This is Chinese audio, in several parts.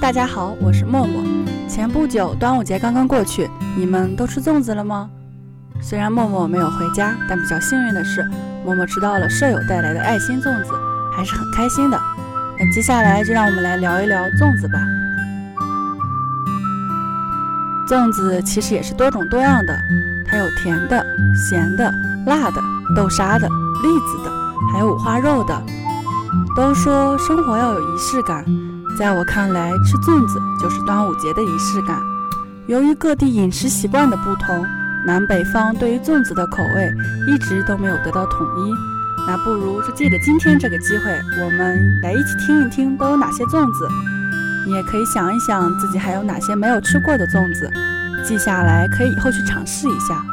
大家好，我是默默。前不久端午节刚刚过去，你们都吃粽子了吗？虽然默默没有回家，但比较幸运的是，默默吃到了舍友带来的爱心粽子，还是很开心的。那接下来就让我们来聊一聊粽子吧。粽子其实也是多种多样的，它有甜的、咸的、辣的、豆沙的、栗子的，还有五花肉的。都说生活要有仪式感，在我看来，吃粽子就是端午节的仪式感。由于各地饮食习惯的不同，南北方对于粽子的口味一直都没有得到统一。那不如就借着今天这个机会，我们来一起听一听都有哪些粽子。你也可以想一想自己还有哪些没有吃过的粽子，记下来可以以后去尝试一下。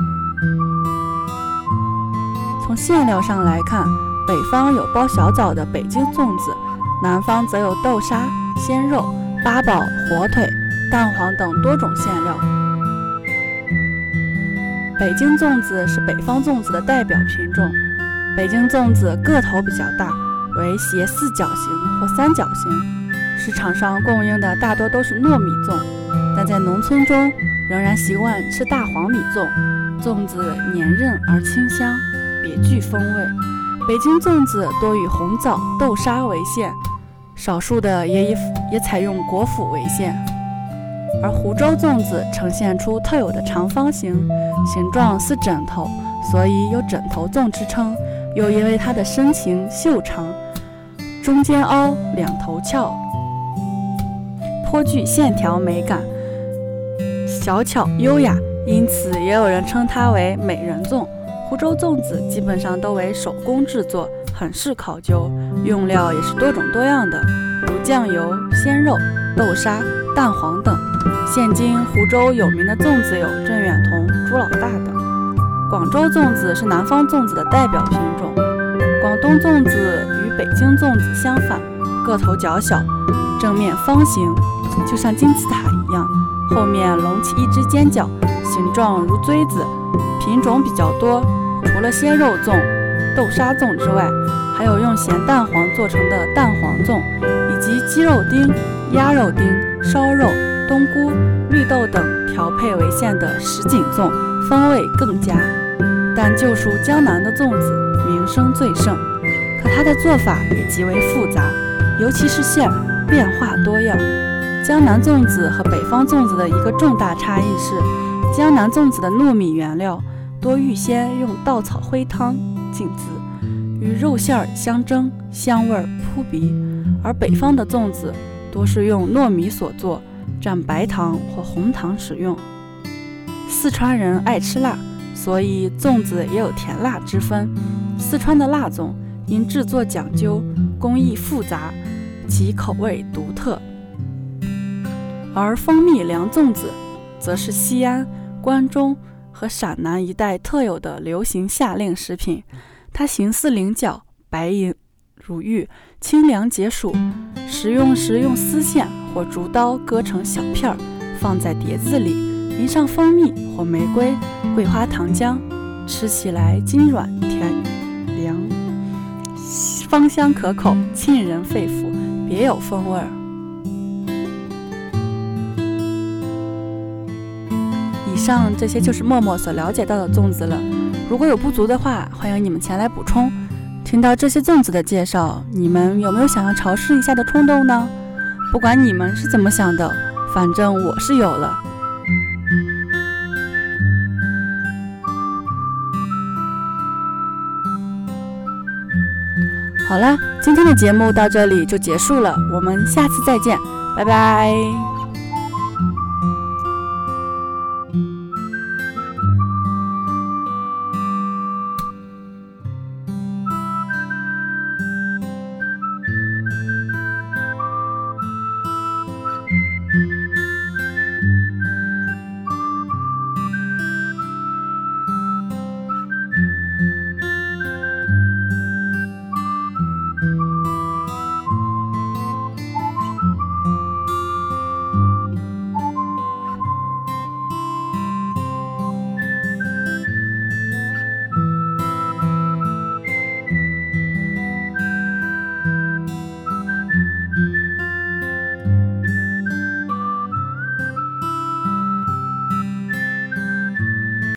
从馅料上来看，北方有包小枣的北京粽子，南方则有豆沙、鲜肉、八宝、火腿、蛋黄等多种馅料。北京粽子是北方粽子的代表品种。北京粽子个头比较大，为斜四角形或三角形，市场上供应的大多都是糯米粽，但在农村中仍然习惯吃大黄米粽。粽子黏韧而清香，别具风味。北京粽子多以红枣、豆沙为馅，少数的也采用果脯为馅。而湖州粽子呈现出特有的长方形，形状似枕头，所以有枕头粽之称。又因为它的身形秀长，中间凹，两头翘，颇具线条美感，小巧优雅，因此也有人称它为美人粽。湖州粽子基本上都为手工制作，很是考究，用料也是多种多样的，如酱油、鲜肉、豆沙、蛋黄等。现今湖州有名的粽子有镇远彤、朱老大等。广州粽子是南方粽子的代表品种。广东粽子与北京粽子相反，个头较小，正面方形，就像金字塔一样，后面隆起一只尖角，形状如锥子，品种比较多。除了鲜肉粽、豆沙粽之外，还有用咸蛋黄做成的蛋黄粽，以及鸡肉丁、鸭肉丁、烧肉、冬菇、绿豆等调配为馅的什锦粽，风味更佳。但就属江南的粽子名声最盛，可它的做法也极为复杂，尤其是馅变化多样。江南粽子和北方粽子的一个重大差异是，江南粽子的糯米原料多预先用稻草灰汤浸渍，与肉馅相蒸，香味扑鼻；而北方的粽子多是用糯米所做，蘸白糖或红糖使用。四川人爱吃辣，所以粽子也有甜辣之分。四川的辣粽因制作讲究，工艺复杂，其口味独特。而蜂蜜凉粽子则是西安、关中和陕南一带特有的流行夏令食品。它形似菱角，白银如玉，清凉解暑。食用时用丝线或竹刀割成小片，放在碟子里，淋上蜂蜜或玫瑰、桂花糖浆，吃起来筋软甜凉，芳香可口，沁人肺腑，别有风味。以上这些就是默默所了解到的粽子了，如果有不足的话，欢迎你们前来补充。听到这些粽子的介绍，你们有没有想要尝试一下的冲动呢？不管你们是怎么想的，反正我是有了。好了，今天的节目到这里就结束了，我们下次再见，拜拜。